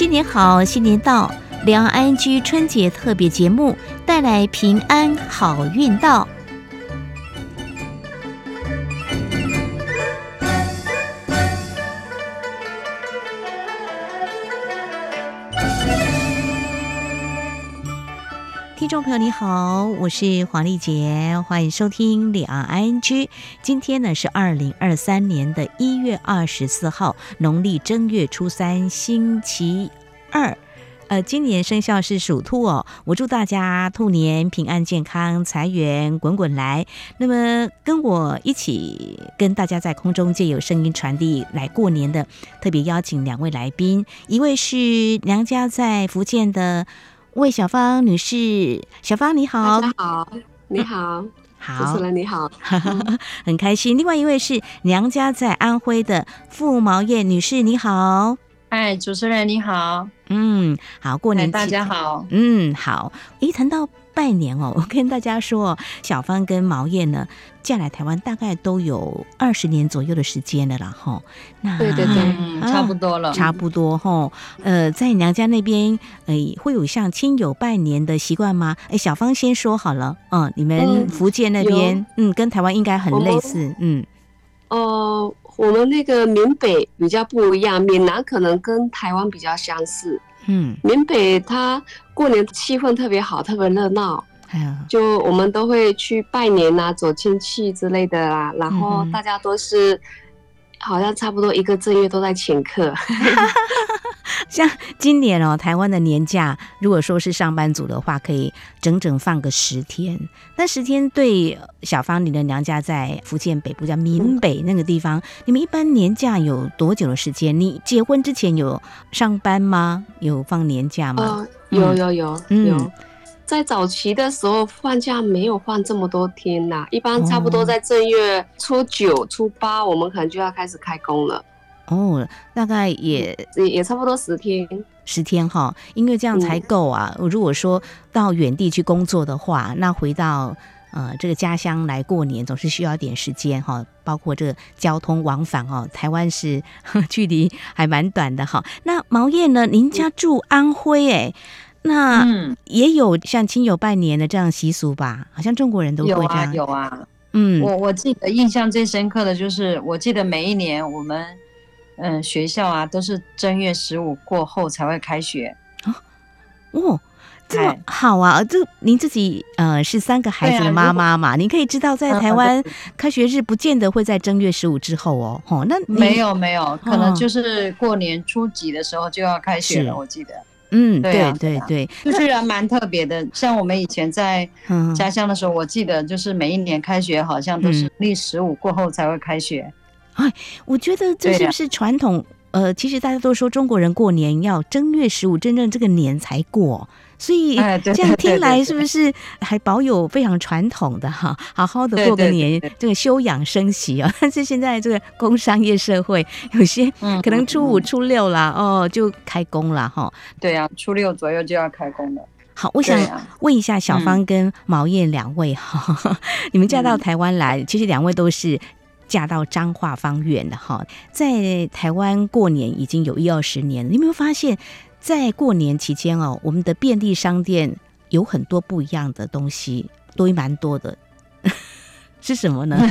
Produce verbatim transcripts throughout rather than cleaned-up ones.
新年好，新年到，两岸 I N G 春节特别节目带来平安好运到。听众朋友你好，我是黄丽杰，欢迎收听两岸 I N G。 今天呢是二零二三年的一月二十四号，农历正月初三，星期二。呃，今年生肖是属兔哦，我祝大家兔年平安健康，财源滚滚来。那么跟我一起跟大家在空中借由声音传递来过年的，特别邀请两位来宾，一位是娘家在福建的魏小芳女士。小芳你好。 大家好。你好。 好， 主持人你好。 很开心。另外一位是娘家在安徽的傅毛燕女士，你好。 哎，主持人你好。 嗯，好，过年大家好。 嗯，好。一谈到拜年哦，我跟大家说，小芳跟毛燕呢嫁来台湾大概都有二十年左右的时间了啦，吼。那对对对、 嗯，差不多了， 差不多吼。呃，在娘家那边，呃，会有像亲友拜年的习惯吗？哎，小芳先说好了。嗯，你们福建那边，嗯，跟台湾应该很类似，嗯。 哦、呃，我们那个闽北比较不一样，闽南可能跟台湾比较相似。嗯，闽北它过年气氛特别好，特别热闹。就我们都会去拜年啊，走亲戚之类的啦，然后大家都是好像差不多一个正月都在请客。 像今年哦，台湾的年假，如果说是上班族的话，可以整整放个十天。那十天对小芳你的娘家在福建北部叫闽北那个地方，嗯、你们一般年假有多久的时间？你结婚之前有上班吗？有放年假吗？ 呃、有有有、嗯、有。在早期的时候放假没有放这么多天啦，一般差不多在正月初九、初八，我们可能就要开始开工了。 哦，大概也也也差不多十天， 十天哈，因为这样才够啊。嗯、如果说到远地去工作的话，那回到呃这个家乡来过年，总是需要点时间哈，包括这个交通往返哦。台湾是距离还蛮短的哈。那毛燕呢？您家住安徽哎、欸。那也有像亲友拜年的这样习俗吧？好像中国人都会这样。 有啊，有啊。嗯，我我记得印象最深刻的就是，我记得每一年我们嗯学校啊都是正月十五过后才会开学。哦， 哦，这么好啊！这您自己呃是三个孩子的妈妈嘛，您可以知道在台湾开学日不见得会在正月十五之后哦。哦，那没有没有，可能就是过年初几的时候就要开学了，我记得。 嗯， 对、啊、 对对对， 就是蛮特别的。像我们以前在家乡的时候，我记得就是每一年开学好像都是历十五过后才会开学。 哎、嗯，我觉得这是不是传统？呃，其实大家都说中国人过年要正月十五，真正这个年才过。所以这样听来是不是还保有非常传统的哈，好好的过个年，这个休养生息啊？但是现在这个工商业社会，有些可能初五、初六啦，哦就开工了哈。 对啊，初六左右就要开工了。 好，我想问一下小芳跟毛燕两位哈、嗯，你们嫁到台湾来，其实两位都是嫁到彰化芳苑的哈，在台湾过年已经有一二十年了，你有没有发现？在过年期间哦，我们的便利商店有很多不一样的东西，多蛮多的，是什么呢？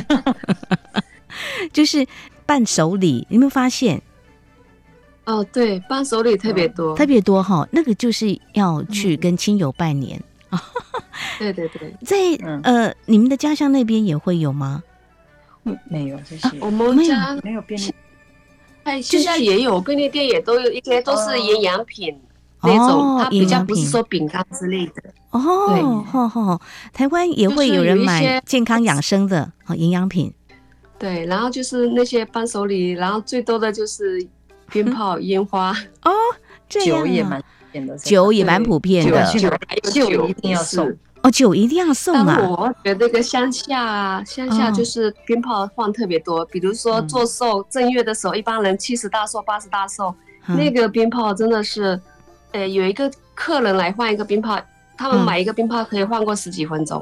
就是伴手礼，你有没有发现？ 哦，对，伴手礼特别多， 特别多哈、哦。那个就是要去跟亲友拜年。 嗯、对对对， 在呃，你们的家乡那边也会有吗？ 嗯，没有这些，啊、 我们家没有便利。 哎，现在也有便利店，也都有一些都是营养品、哦、那种，它比较不是说饼干之类的。 哦，对，哦哦，台湾也会有人买健康养生的营养品。 对，然后就是那些伴手礼，然后最多的就是鞭炮、烟花。 哦，这样、啊、 酒也蛮普遍的， 酒也蛮普遍的， 酒酒一定要送。 哦，酒一定要送啊！ 但我觉得那个乡下啊，乡下就是鞭炮放特别多，哦、比如说做寿、嗯、正月的时候，一般人七十大寿、八十大寿、嗯，那个鞭炮真的是，呃，有一个客人来换一个鞭炮，他们买一个鞭炮可以换过十几分钟。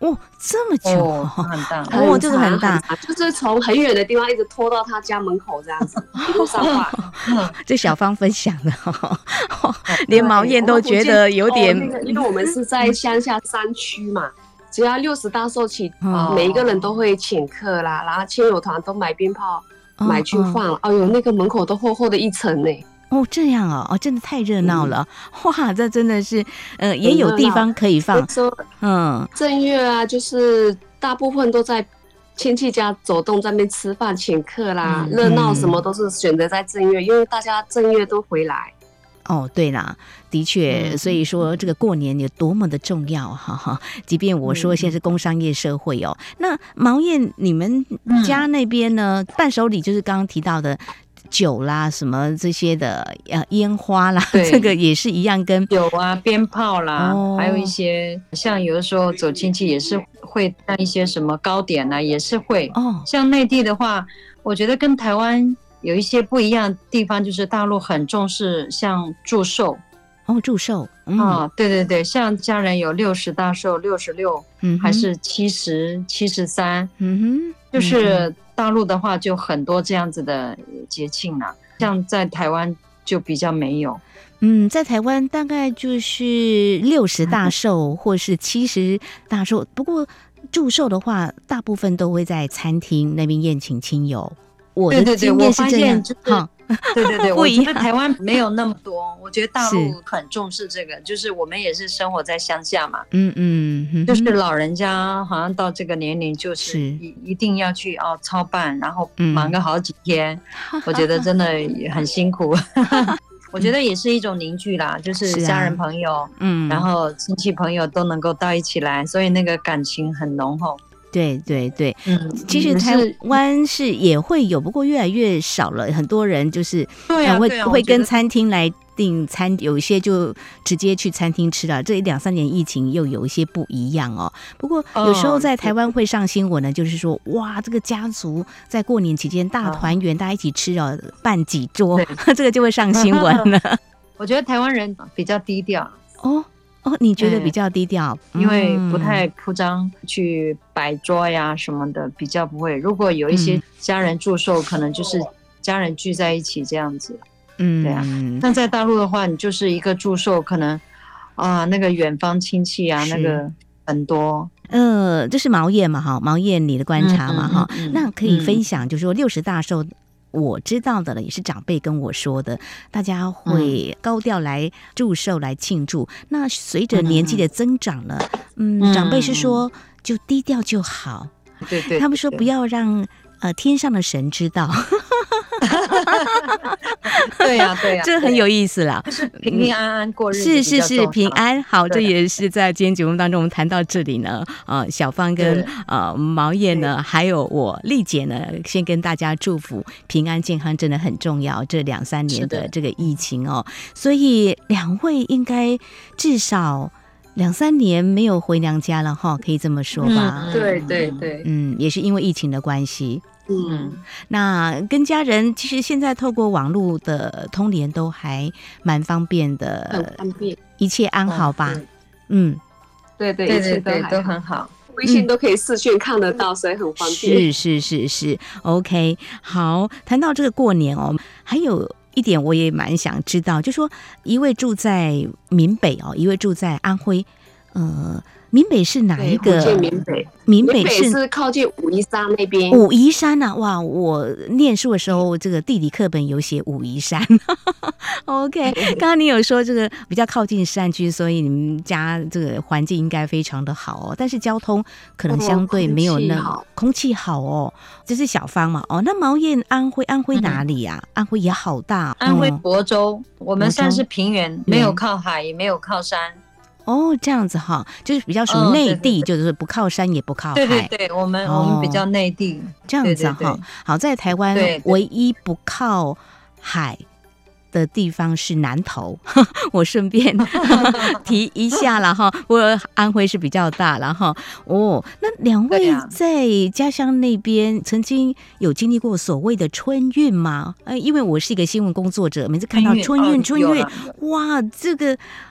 哦，这么久， 哦，很大， 哦，这个很大， 就是从很远的地方一直拖到他家门口这样子，一路上画。 这小芳分享的，连毛燕都觉得有点， 哦那个、因为我们是在乡下山区嘛，只要六十大寿起，哦、每一个人都会请客啦，然后亲友团都买鞭炮、哦、买去放，哎呦，那个门口都厚厚的一层呢。 哦，这样哦，哦，真的太热闹了，嗯、哇，这真的是，呃，也有地方可以放， 嗯，正月啊，就是大部分都在亲戚家走动，在那边吃饭请客啦，热闹、嗯、什么都是选择在正月，因为大家正月都回来。 哦，对啦，的确，所以说这个过年有多么的重要哈哈。即便我说现在是工商业社会哦，嗯、那毛燕你们家那边呢，嗯、伴手礼就是刚刚提到的。酒啦，什么这些的呃烟花啦，这个也是一样跟酒啊、鞭炮啦，哦、还有一些像有的时候走亲戚也是会带一些什么糕点啊，也是会。哦，像内地的话，我觉得跟台湾有一些不一样的地方，就是大陆很重视像祝寿。 哦，祝寿。 嗯、哦，对对对，像家人有六十大寿、六十六，嗯，还是七十、七十三，嗯哼，就是。大陆的话就很多这样子的节庆啦，像在台湾就比较没有。 嗯，在台湾大概就是六十大寿或是七十大寿，不过祝寿的话，大部分都会在餐厅那边宴请亲友。我的经验是这样， 哈。对对对，我觉得台湾没有那么多，我觉得大陆很重视这个，就是我们也是生活在乡下嘛，嗯嗯，就是老人家好像到这个年龄就是一一定要去哦操办，然后忙个好几天，嗯、我觉得真的很辛苦。我觉得也是一种凝聚啦，就是家人朋友，嗯、啊，然后亲戚朋友都能够到一起来，所以那个感情很浓厚。 对对对，嗯，其实台湾是也会有，不过越来越少了。很多人就是对啊， 会对啊会跟餐厅来订餐，有一些就直接去餐厅吃了。这两三年疫情又有一些不一样哦。不过有时候在台湾会上新闻呢，就是说哇，这个家族在过年期间大团圆，大家一起吃哦，办几桌，这个就会上新闻了。 我觉得台湾人比较低调哦。哦，你觉得比较低调， 嗯、因为不太铺张去摆桌呀什么的，比较不会。如果有一些家人祝寿，嗯、可能就是家人聚在一起这样子。嗯，对啊。那在大陆的话，你就是一个祝寿，可能啊那个远方亲戚啊，那个很多。 呃，这是毛燕嘛哈，毛燕你的观察嘛哈，嗯嗯嗯、那可以分享，就是说六十大寿。我知道的了，也是长辈跟我说的，大家会高调来祝寿来庆祝。嗯、那随着年纪的增长呢，嗯，嗯长辈是说就低调就好， 对 对, 对， 他们说不要让呃天上的神知道。 对呀、啊、对呀、啊， 这很有意思啦， 就是平平安安过日子， 是是是平安。好，这也是在今天节目当中我们谈到这里呢。呃，小芳跟呃毛燕呢，还有我丽姐呢，先跟大家祝福平安健康，真的很重要。这两三年的这个疫情哦，所以两位应该至少两三年没有回娘家了哈，可以这么说吧？ 嗯、对对对， 嗯，也是因为疫情的关系。嗯，那跟家人其实现在透过网络的通联都还蛮方便的， 很方便， 一切安好吧？ 哦、 嗯， 对对对对对，都很好， 微信都可以视讯看得到，嗯、所以很方便。是是是是 ，OK。好，谈到这个过年哦，还有一点我也蛮想知道，就说一位住在闽北哦，一位住在安徽，呃。闽北是哪一个？ 闽北， 闽北是是靠近武夷山那边。 武夷山啊，哇！我念书的时候，这个地理课本有写武夷山。OK， 刚刚你有说这个比较靠近山区，所以你们家这个环境应该非常的好哦。但是交通可能相对没有那么、哦、空气好哦。这是小芳嘛？哦，那毛燕安徽安徽哪里啊？嗯、安徽也好大， 安徽亳州，嗯、我们算是平原，没有靠海，也没有靠山。 哦，这样子哈，就是比较属于内地，嗯、对对对，就是不靠山也不靠海。 对对对，我们、哦、我们比较内地这样子哈。好，在台湾唯一不靠海的地方是南投，我顺便提一下了哈。我安徽是比较大了哈。哦，那两位在家乡那边曾经有经历过所谓的春运吗？呃，因为我是一个新闻工作者，每次看到春运、哦、春运，哇，这个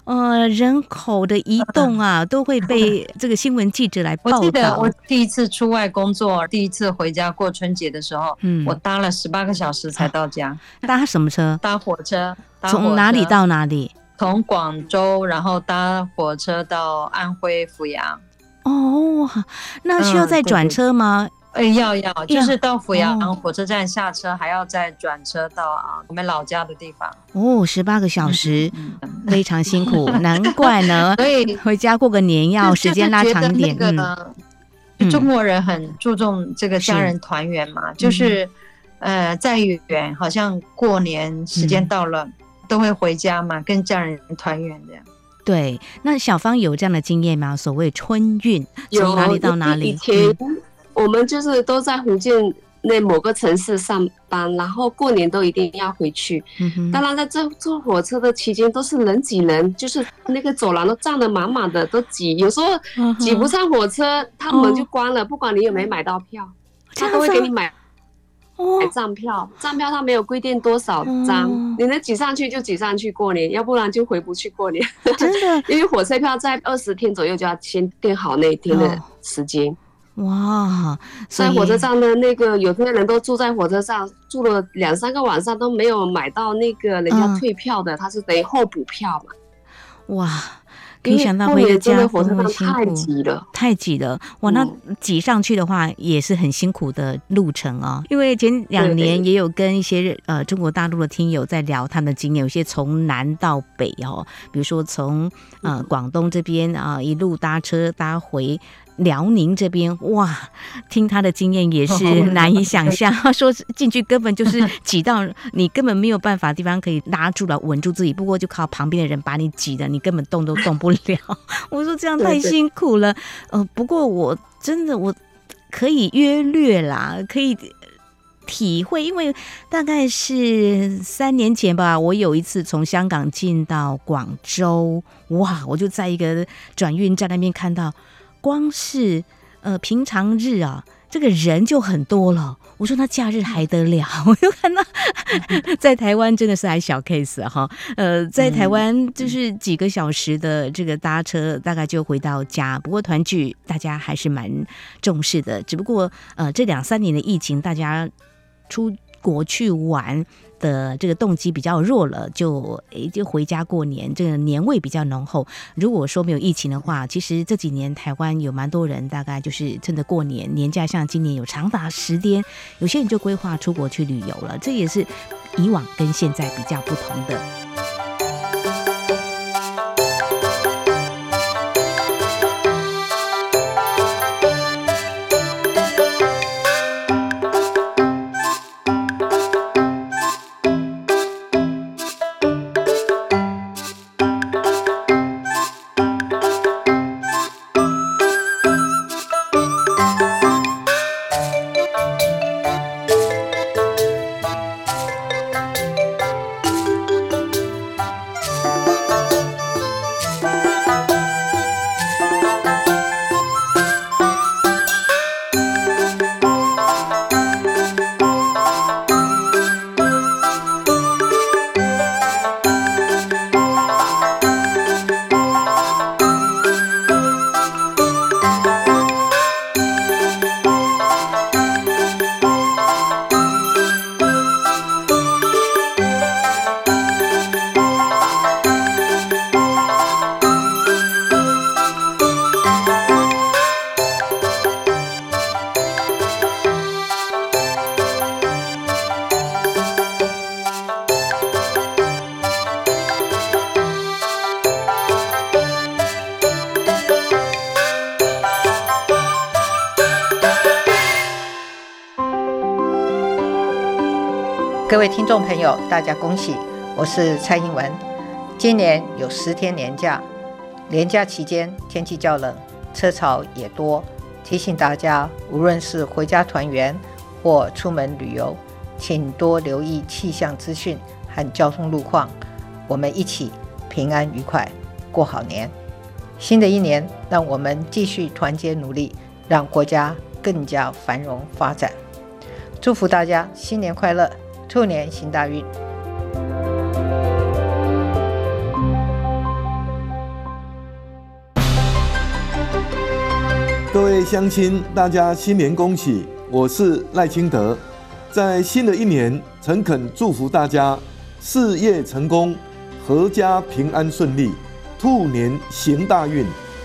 呃人口的移动啊，都会被这个新闻记者来报道。 我记得我第一次出外工作，第一次回家过春节的时候，嗯，我搭了十八个小时才到家。 搭什么车？ 搭火车。 从哪里到哪里？ 从广州，然后搭火车到安徽阜阳。 哦，那需要再转车吗？ 嗯哎，要要，就是到阜阳火车站下车，还要再转车到啊我们老家的地方。 哦，十八个小时，嗯、非常辛苦，难怪呢。 所以回家过个年要时间拉长一点。 那个、嗯，中国人很注重这个家人团圆嘛，是就是、嗯、呃，再远好像过年时间到了、嗯、都会回家嘛，跟家人团圆这样。 对，那小芳有这样的经验吗？所谓春运，从哪里到哪里？ 以前我们就是都在福建那某个城市上班，然后过年都一定要回去。嗯、当然，在这坐火车的期间都是人挤人，就是那个走廊都站得满满的，都挤。有时候挤不上火车，他门就关了，不管你有没有买到票，他都会给你买。买站票，站票他没有规定多少张，哦、你能挤上去就挤上去过年，要不然就回不去过年。 真的， 因为火车票在二十天左右就要先订好那一天的时间。 哦、哇， 在火车站的那个有些人都住在火车上，住了两三个晚上都没有买到那个人家退票的，嗯、他是等于候补票嘛。 哇。可以想到回家火车站太挤了， 太挤了哇！那挤上去的话也是很辛苦的路程哦。因为前两年也有跟一些呃中国大陆的听友在聊他们的经验，有些从南到北哦，比如说从呃广东这边啊、呃、一路搭车搭回辽宁这边，哇，听他的经验也是难以想象。他说进去根本就是挤到你根本没有办法的地方可以拉住了稳住自己，不过就靠旁边的人把你挤的，你根本动都动不了。我说这样太辛苦了。呃，不过我真的我可以约略啦，可以体会，因为大概是三年前吧，我有一次从香港进到广州，哇，我就在一个转运站那边看到。光是呃平常日啊，这个人就很多了。我说那假日还得了？我就看到在台湾真的是还小 case 哈。呃，在台湾就是几个小时的这个搭车，大概就回到家。不过团聚大家还是蛮重视的，只不过呃这两三年的疫情，大家出国去玩的这个动机比较弱了，就诶就回家过年，这个年味比较浓厚。如果说没有疫情的话，其实这几年台湾有蛮多人，大概就是趁着过年年假，像今年有长达十天，有些人就规划出国去旅游了，这也是以往跟现在比较不同的。 各位听众朋友，大家恭喜！我是蔡英文。今年有十天连假，连假期间天气较冷，车潮也多，提醒大家，无论是回家团圆或出门旅游，请多留意气象资讯和交通路况，我们一起平安愉快过好年。新的一年，让我们继续团结努力，让国家更加繁荣发展。祝福大家新年快乐，兔年行大运。 各位乡亲，大家新年恭喜！我是赖清德，在新的一年，诚恳祝福大家事业成功，阖家平安顺利，兔年行大运。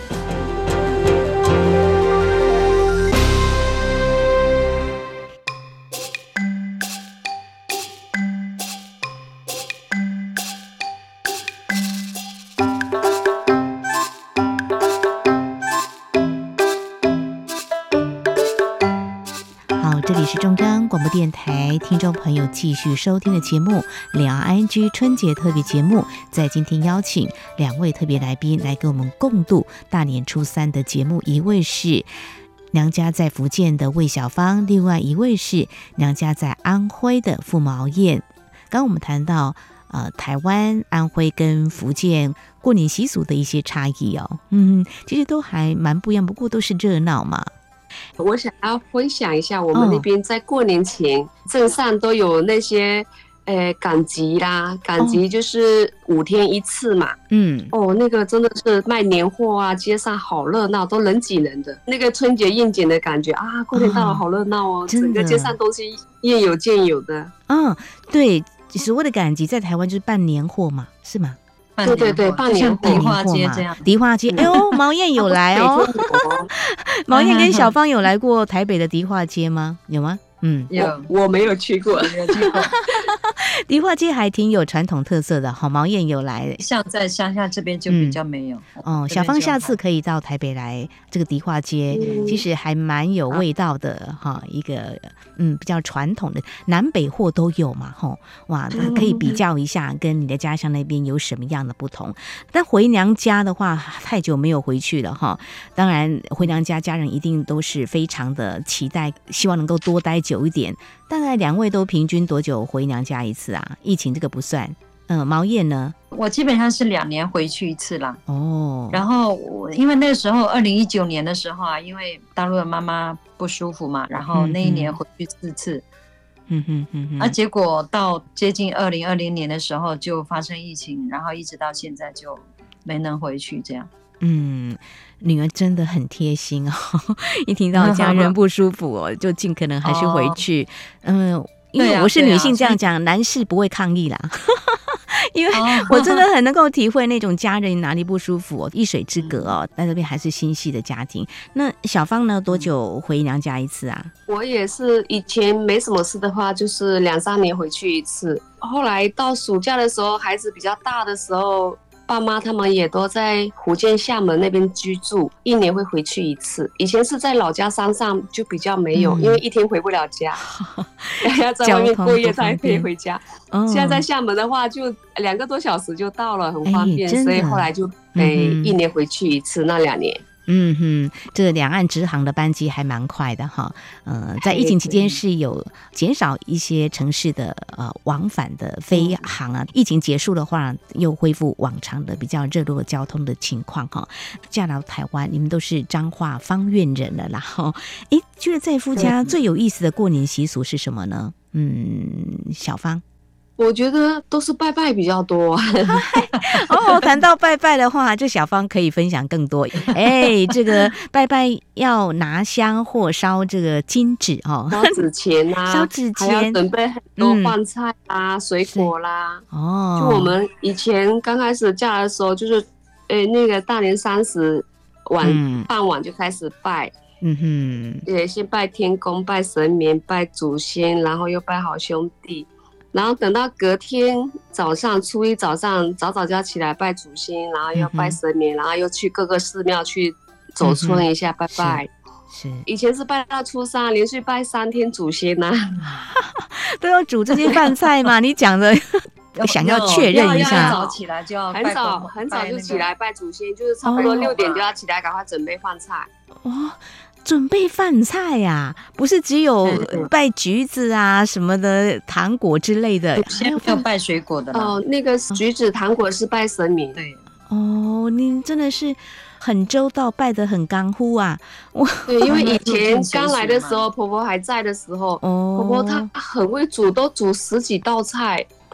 这里是中央广播电台听众朋友继续收听的节目两岸 I N G 春节特别节目，在今天邀请两位特别来宾来跟我们共度大年初三的节目，一位是娘家在福建的魏小芳，另外一位是娘家在安徽的傅毛燕。刚刚我们谈到呃，台湾、安徽跟福建过年习俗的一些差异哦，嗯，其实都还蛮不一样，不过都是热闹嘛。 我想要分享一下，我们那边在过年前、哦、镇上都有那些呃赶集啦，赶集就是五天一次嘛。嗯，哦，那个真的是卖年货啊，街上好热闹，都人挤人的，那个春节应景的感觉啊，过年到了好热闹哦，整个街上东西应有尽有的。 嗯，对，所谓的赶集在台湾就是办年货嘛，是吗？ 对对对，办年货， 迪化街这样。 迪化街，哎呦，毛燕有来哦。毛燕跟小芳有来过台北的迪化街吗？有吗？ 嗯，有，我没有去过，没有去过。 迪化街还挺有传统特色的，好，毛燕有来。 像在乡下这边就比较没有。 嗯、哦，小芳下次可以到台北来这个迪化街，嗯、其实还蛮有味道的哈、嗯，一个嗯比较传统的南北货都有嘛，吼，哇，可以比较一下跟你的家乡那边有什么样的不同。但回娘家的话，太久没有回去了哈，当然回娘家家人一定都是非常的期待，希望能够多待久一点。大概两位都平均多久回娘家一次啊？疫情这个不算。嗯、呃，毛燕呢？ 我基本上是两年回去一次啦。哦。然后我因为那个时候二零一九年的时候啊，因为大陆的妈妈不舒服嘛，然后那一年回去四次。嗯哼嗯哼。啊，结果到接近二零二零年的时候就发生疫情，然后一直到现在就没能回去这样。 嗯，女儿真的很贴心哦，一听到家人不舒服哦，就尽可能还是回去。嗯、呃，因为我是女性这样讲，啊啊、男士不会抗议啦。因为我真的很能够体会那种家人哪里不舒服哦，一水之隔哦，在这边还是心系的家庭。那小芳呢，多久回娘家一次啊？ 我也是，以前没什么事的话，就是两三年回去一次。后来到暑假的时候，孩子比较大的时候，爸妈他们也都在福建厦门那边居住，一年会回去一次。以前是在老家山上就比较没有、嗯、因为一天回不了家，要在外面过夜才可以回家、哦、现在在厦门的话就两个多小时就到了，很方便、欸、所以后来就、嗯欸、一年回去一次，那两年嗯哼，这个两岸直航的班机还蛮快的哈。呃，在疫情期间是有减少一些城市的呃往返的飞航啊。疫情结束的话，又恢复往常的比较热络交通的情况哈。嫁到台湾，你们都是彰化芳苑人了啦哈。哎，觉得在夫家最有意思的过年习俗是什么呢？嗯，小芳。 我觉得都是拜拜比较多。 哦，谈到拜拜的话，这小芳可以分享更多。哎，这个拜拜要拿香或烧这个金纸哦， 烧纸钱啊， 烧纸钱， 还要准备很多饭菜啊、嗯、水果啦。哦，就我们以前刚开始嫁的时候，就是，呃，那个大年三十晚、嗯、傍晚就开始拜。嗯哼，也先拜天公、拜神明、拜祖先，然后又拜好兄弟。然后等到隔天早上，初一早上早早就要起来拜祖先，然后又拜神明、嗯，然后又去各个寺庙去走村一下、嗯、拜拜。是，以前是拜到初三，连续拜三天祖先呐、啊， 都要煮这些饭菜嘛？你讲的想要确认一下， 很早起来就要很早很早就起来拜祖先，就是差不多六点就要起来，赶快准备饭菜。 哇！准备饭菜呀、啊，不是只有拜橘子啊什么的糖果之类的， 还有拜水果的哦。那个橘子糖果是拜神明。 对哦，你真的是很周到，拜得很干乎啊。我对，因为以前刚来的时候，婆婆还在的时候，哦、婆婆她很会煮，都煮十几道菜。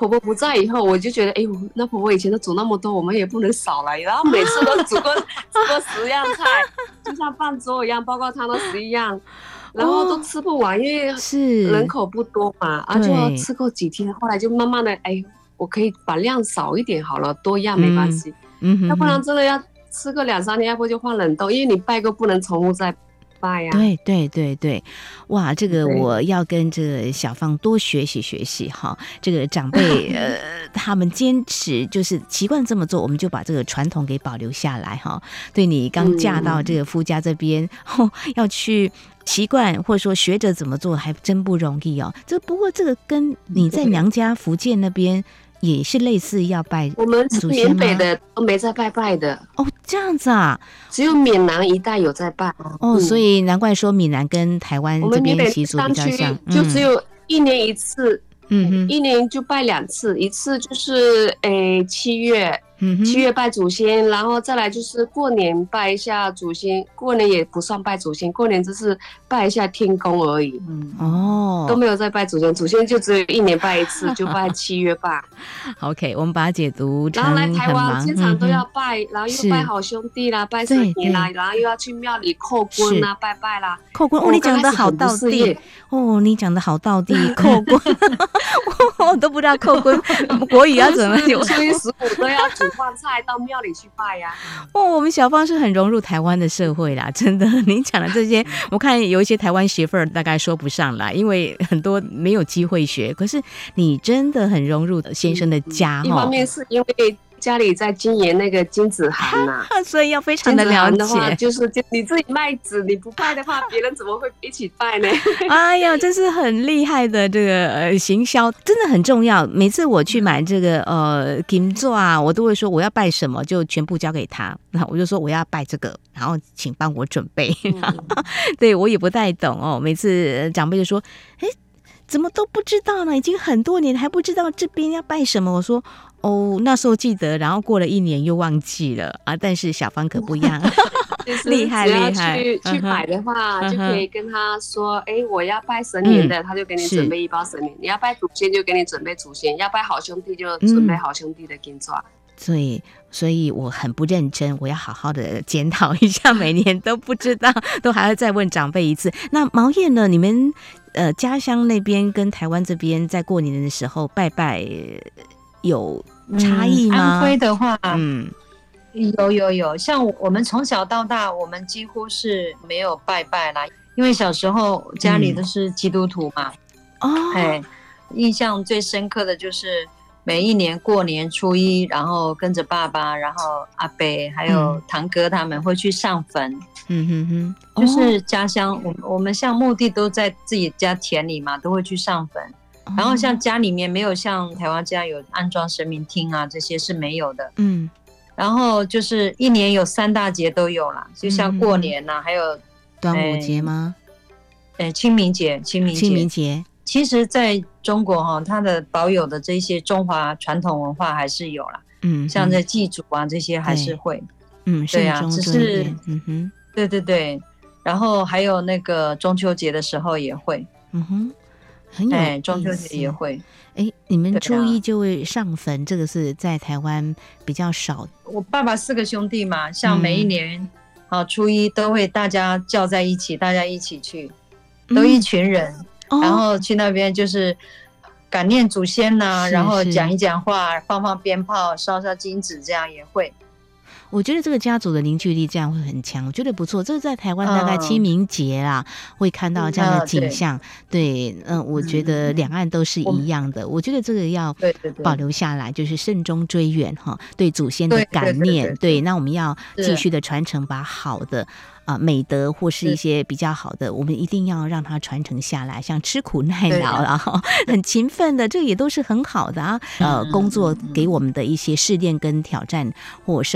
婆婆不在以后，我就觉得，哎呦，那婆婆以前都煮那么多，我们也不能少了。然后每次都煮过煮过十样菜，就像饭桌一样，包括汤都十一样，然后都吃不完，因为是人口不多嘛，啊，就要吃过几天。后来就慢慢的，哎，我可以把量少一点好了，多样没关系。嗯，要不然真的要吃个两三天，要不就换冷冻，因为你拜个不能重复再。 对对对对，哇，这个我要跟这个小芳多学习学习哈。这个长辈呃，他们坚持就是习惯这么做，我们就把这个传统给保留下来哈。对你刚嫁到这个夫家这边，嗯哦、要去习惯或者说学着怎么做，还真不容易哦。这不过这个跟你在娘家福建那边。也是类似要拜祖先吗？ 我们缅北的都没在拜拜的哦，这样子啊， 只有闽南一带有在拜哦，嗯、所以难怪说闽南跟台湾这边习俗比较像， 就只有一年一次，嗯，一年就拜两次，一次就是诶七月。七月拜祖先，然后再来就是过年拜一下祖先，过年也不算拜祖先，过年只是拜一下天公而已。嗯哦，都没有在拜祖先，祖先就只有一年拜一次，就拜七月拜。 OK， 我们把它解读成然后来台湾经常都要拜，嗯、然后又拜好兄弟啦，拜神年啦，然后又要去庙里叩棍啦，拜拜啦。 叩棍哦，你讲的好道地哦，你讲的好道地，叩棍，我都不知道叩棍国语要怎么有初一十五都要煮饭菜到庙里去拜呀、啊！ 哦，我们小芳是很融入台湾的社会啦，真的。您讲的这些，我看有一些台湾媳妇儿大概说不上来，因为很多没有机会学。可是你真的很融入先生的家、 嗯、一方面是因为家里在经营那个金子行呐、 啊，所以要非常的了解。 的话就是就你自己卖纸，你不拜的话，别人怎么会一起拜呢？ 哎呀，这是很厉害的这个呃行销，真的很重要。每次我去买这个呃金座啊，我都会说我要拜什么，就全部交给他。然后我就说我要拜这个，然后请帮我准备。嗯、对我也不太懂哦，每次长辈就说，哎，怎么都不知道呢？已经很多年还不知道这边要拜什么。我说。哦，那时候记得，然后过了一年又忘记了啊！但是小芳可不一样，厉害厉害。 去去摆的话，嗯、就可以跟他说：“哎、欸，我要拜神年的，嗯、他就给你准备一包神年；你要拜祖先，就给你准备祖先；要拜好兄弟，就准备好兄弟的金爪。” 所以，所以我很不认真，我要好好的检讨一下，每年都不知道，都还要再问长辈一次。那毛燕呢？你们呃家乡那边跟台湾这边在过年的时候拜拜有差异吗？ 嗯、安徽的话，嗯，有有有，像我们从小到大，我们几乎是没有拜拜啦，因为小时候家里都是基督徒嘛。哦、嗯，哎，印象最深刻的就是每一年过年初一，然后跟着爸爸，然后阿伯还有堂哥他们会去上坟。嗯哼哼，就是家乡，我我们像墓地都在自己家田里嘛，都会去上坟。然后像家里面没有像台湾这样有安装神明厅啊，这些是没有的。嗯，然后就是一年有三大节都有啦，就像过年呐、啊，还有端午节吗？ 呃，清明节，清明节， 清明节。 其实在中国哈、哦，它的保有的这些中华传统文化还是有啦。嗯，像在祭祖啊这些还是会。嗯，对啊，只是嗯哼，对对对，然后还有那个中秋节的时候也会。嗯哼。 很有哎，中秋节也会。 哎，你们初一就会上坟，啊、这个是在台湾比较少。 我爸爸四个兄弟嘛，像每一年、嗯、啊初一都会大家叫在一起，大家一起去，都一群人，嗯、然后去那边就是感念祖先呐、啊，然后讲一讲话，放放鞭炮，烧烧金纸，这样也会。 我觉得这个家族的凝聚力这样会很强，我觉得不错。这个在台湾大概清明节啦、嗯、会看到这样的景象。嗯、对，嗯、呃，我觉得两岸都是一样的。我觉得这个要保留下来，就是慎终追远哈，对祖先的感念。对，对，对，对，对，那我们要继续的传承，把好的。啊、呃，美德或是一些比较好的，我们一定要让它传承下来。像吃苦耐劳，然后很勤奋的，这个也都是很好的啊。呃，工作给我们的一些试炼跟挑战，或生活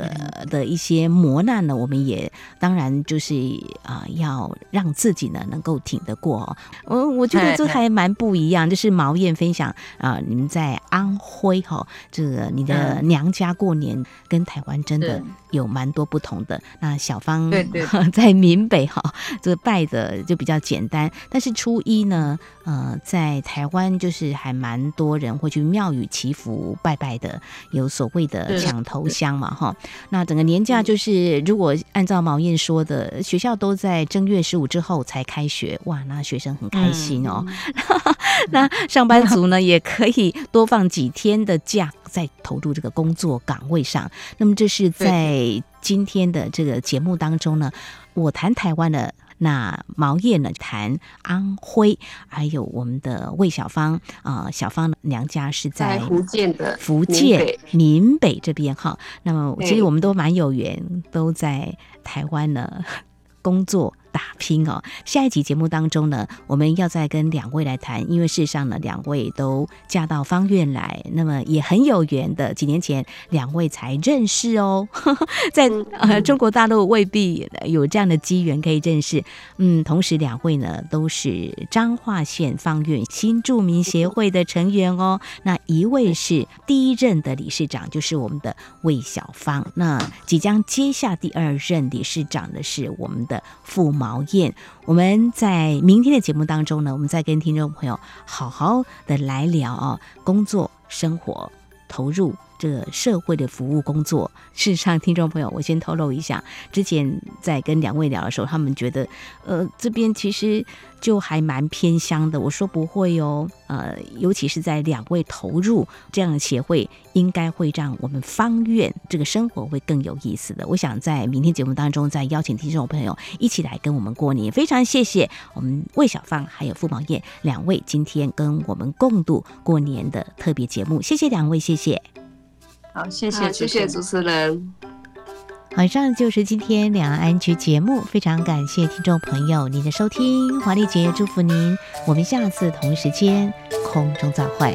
的一些磨难呢，我们也当然就是啊、呃，要让自己呢能够挺得过、哦。我我觉得这还蛮不一样，就是毛燕分享啊、呃，你们在安徽哈、哦，这个你的娘家过年跟台湾真的有蛮多不同的。那小芳对对在闽北哈、哦，这个拜的就比较简单，但是初一呢，呃，在台湾就是还蛮多人会去庙宇祈福拜拜的，有所谓的抢头香嘛哈。那整个年假就是如果按照毛燕说的，学校都在正月十五之后才开学，哇，那学生很开心哦。嗯、那上班族呢也可以多放几天的假，再投入这个工作岗位上。那么这是在今天的这个节目当中呢，我谈台湾的。那毛燕呢谈安徽，还有我们的魏小芳啊、呃，小芳娘家是在福建的福建闽北这边哈。那么其实我们都蛮有缘，都在台湾呢工作打拼哦。下一集节目当中呢，我们要再跟两位来谈，因为事实上呢，两位都嫁到芳苑来，那么也很有缘的，几年前两位才认识哦，在呃中国大陆未必有这样的机缘可以认识。嗯，同时两位呢都是彰化县芳苑新住民协会的成员哦。那一位是第一任的理事长，就是我们的魏小芳，那即将接下第二任理事长的是我们的傅毛燕。我们在明天的节目当中呢，我们再跟听众朋友好好的来聊哦，工作、生活、投入这个社会的服务工作。事实上，听众朋友，我先透露一下，之前在跟两位聊的时候，他们觉得，呃，这边其实就还蛮偏乡的。我说不会哦，呃，尤其是在两位投入这样的协会，应该会让我们芳苑这个生活会更有意思的。我想在明天节目当中，再邀请听众朋友一起来跟我们过年。非常谢谢我们魏小芳还有傅毛燕两位今天跟我们共度过年的特别节目，谢谢两位，谢谢。 好，谢谢， 谢谢主持人。 好，以上就是今天两岸安居节目，非常感谢听众朋友您的收听，华丽姐祝福您，我们下次同时间空中再会。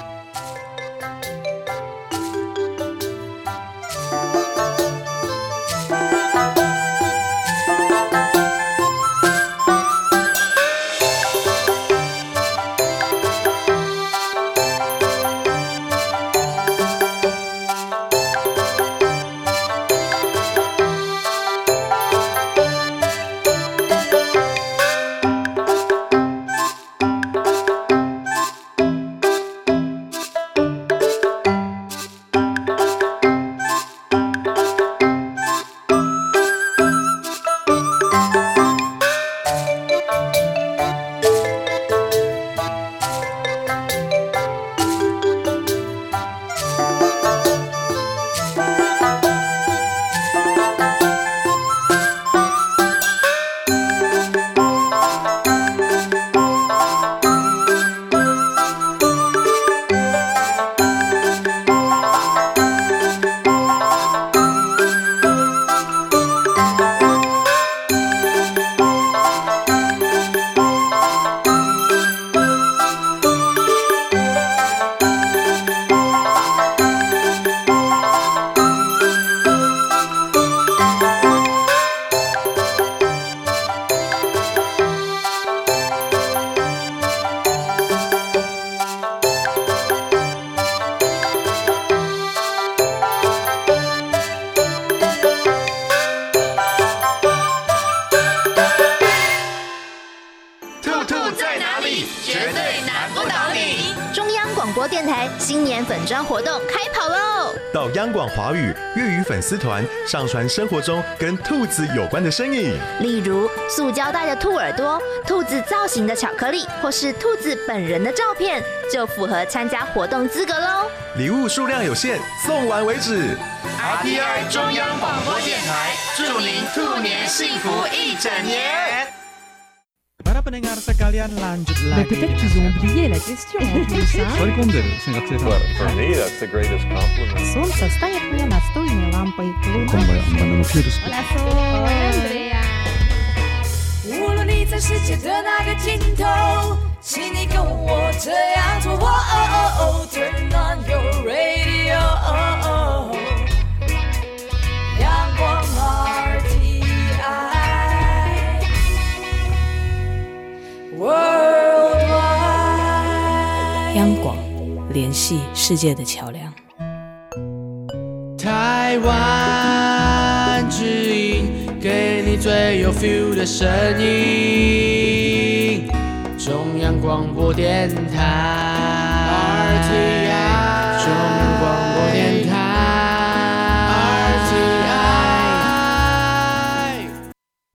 新年粉专活动开跑喽！ 到央广华语粤语粉丝团上传生活中跟兔子有关的身影， 例如塑胶袋的兔耳朵、兔子造型的巧克力，或是兔子本人的照片，就符合参加活动资格喽。 礼物数量有限，送完为止。 R T I 中央广播电台，祝您兔年幸福一整年。 Para pendengar sekalian, lanjut lagi. Peut-être qu'ils ont oublié la question en plus. For me, that's the greatest compliment. Солнце станет мне настольной лампой. Hola, soy Andrea. 无论你在世界的哪个尽头，请你跟我这样做。Turn on your radio. 联系世界的桥梁。 台湾之音，给你最有 feel 的声音，中央广播电台 R T I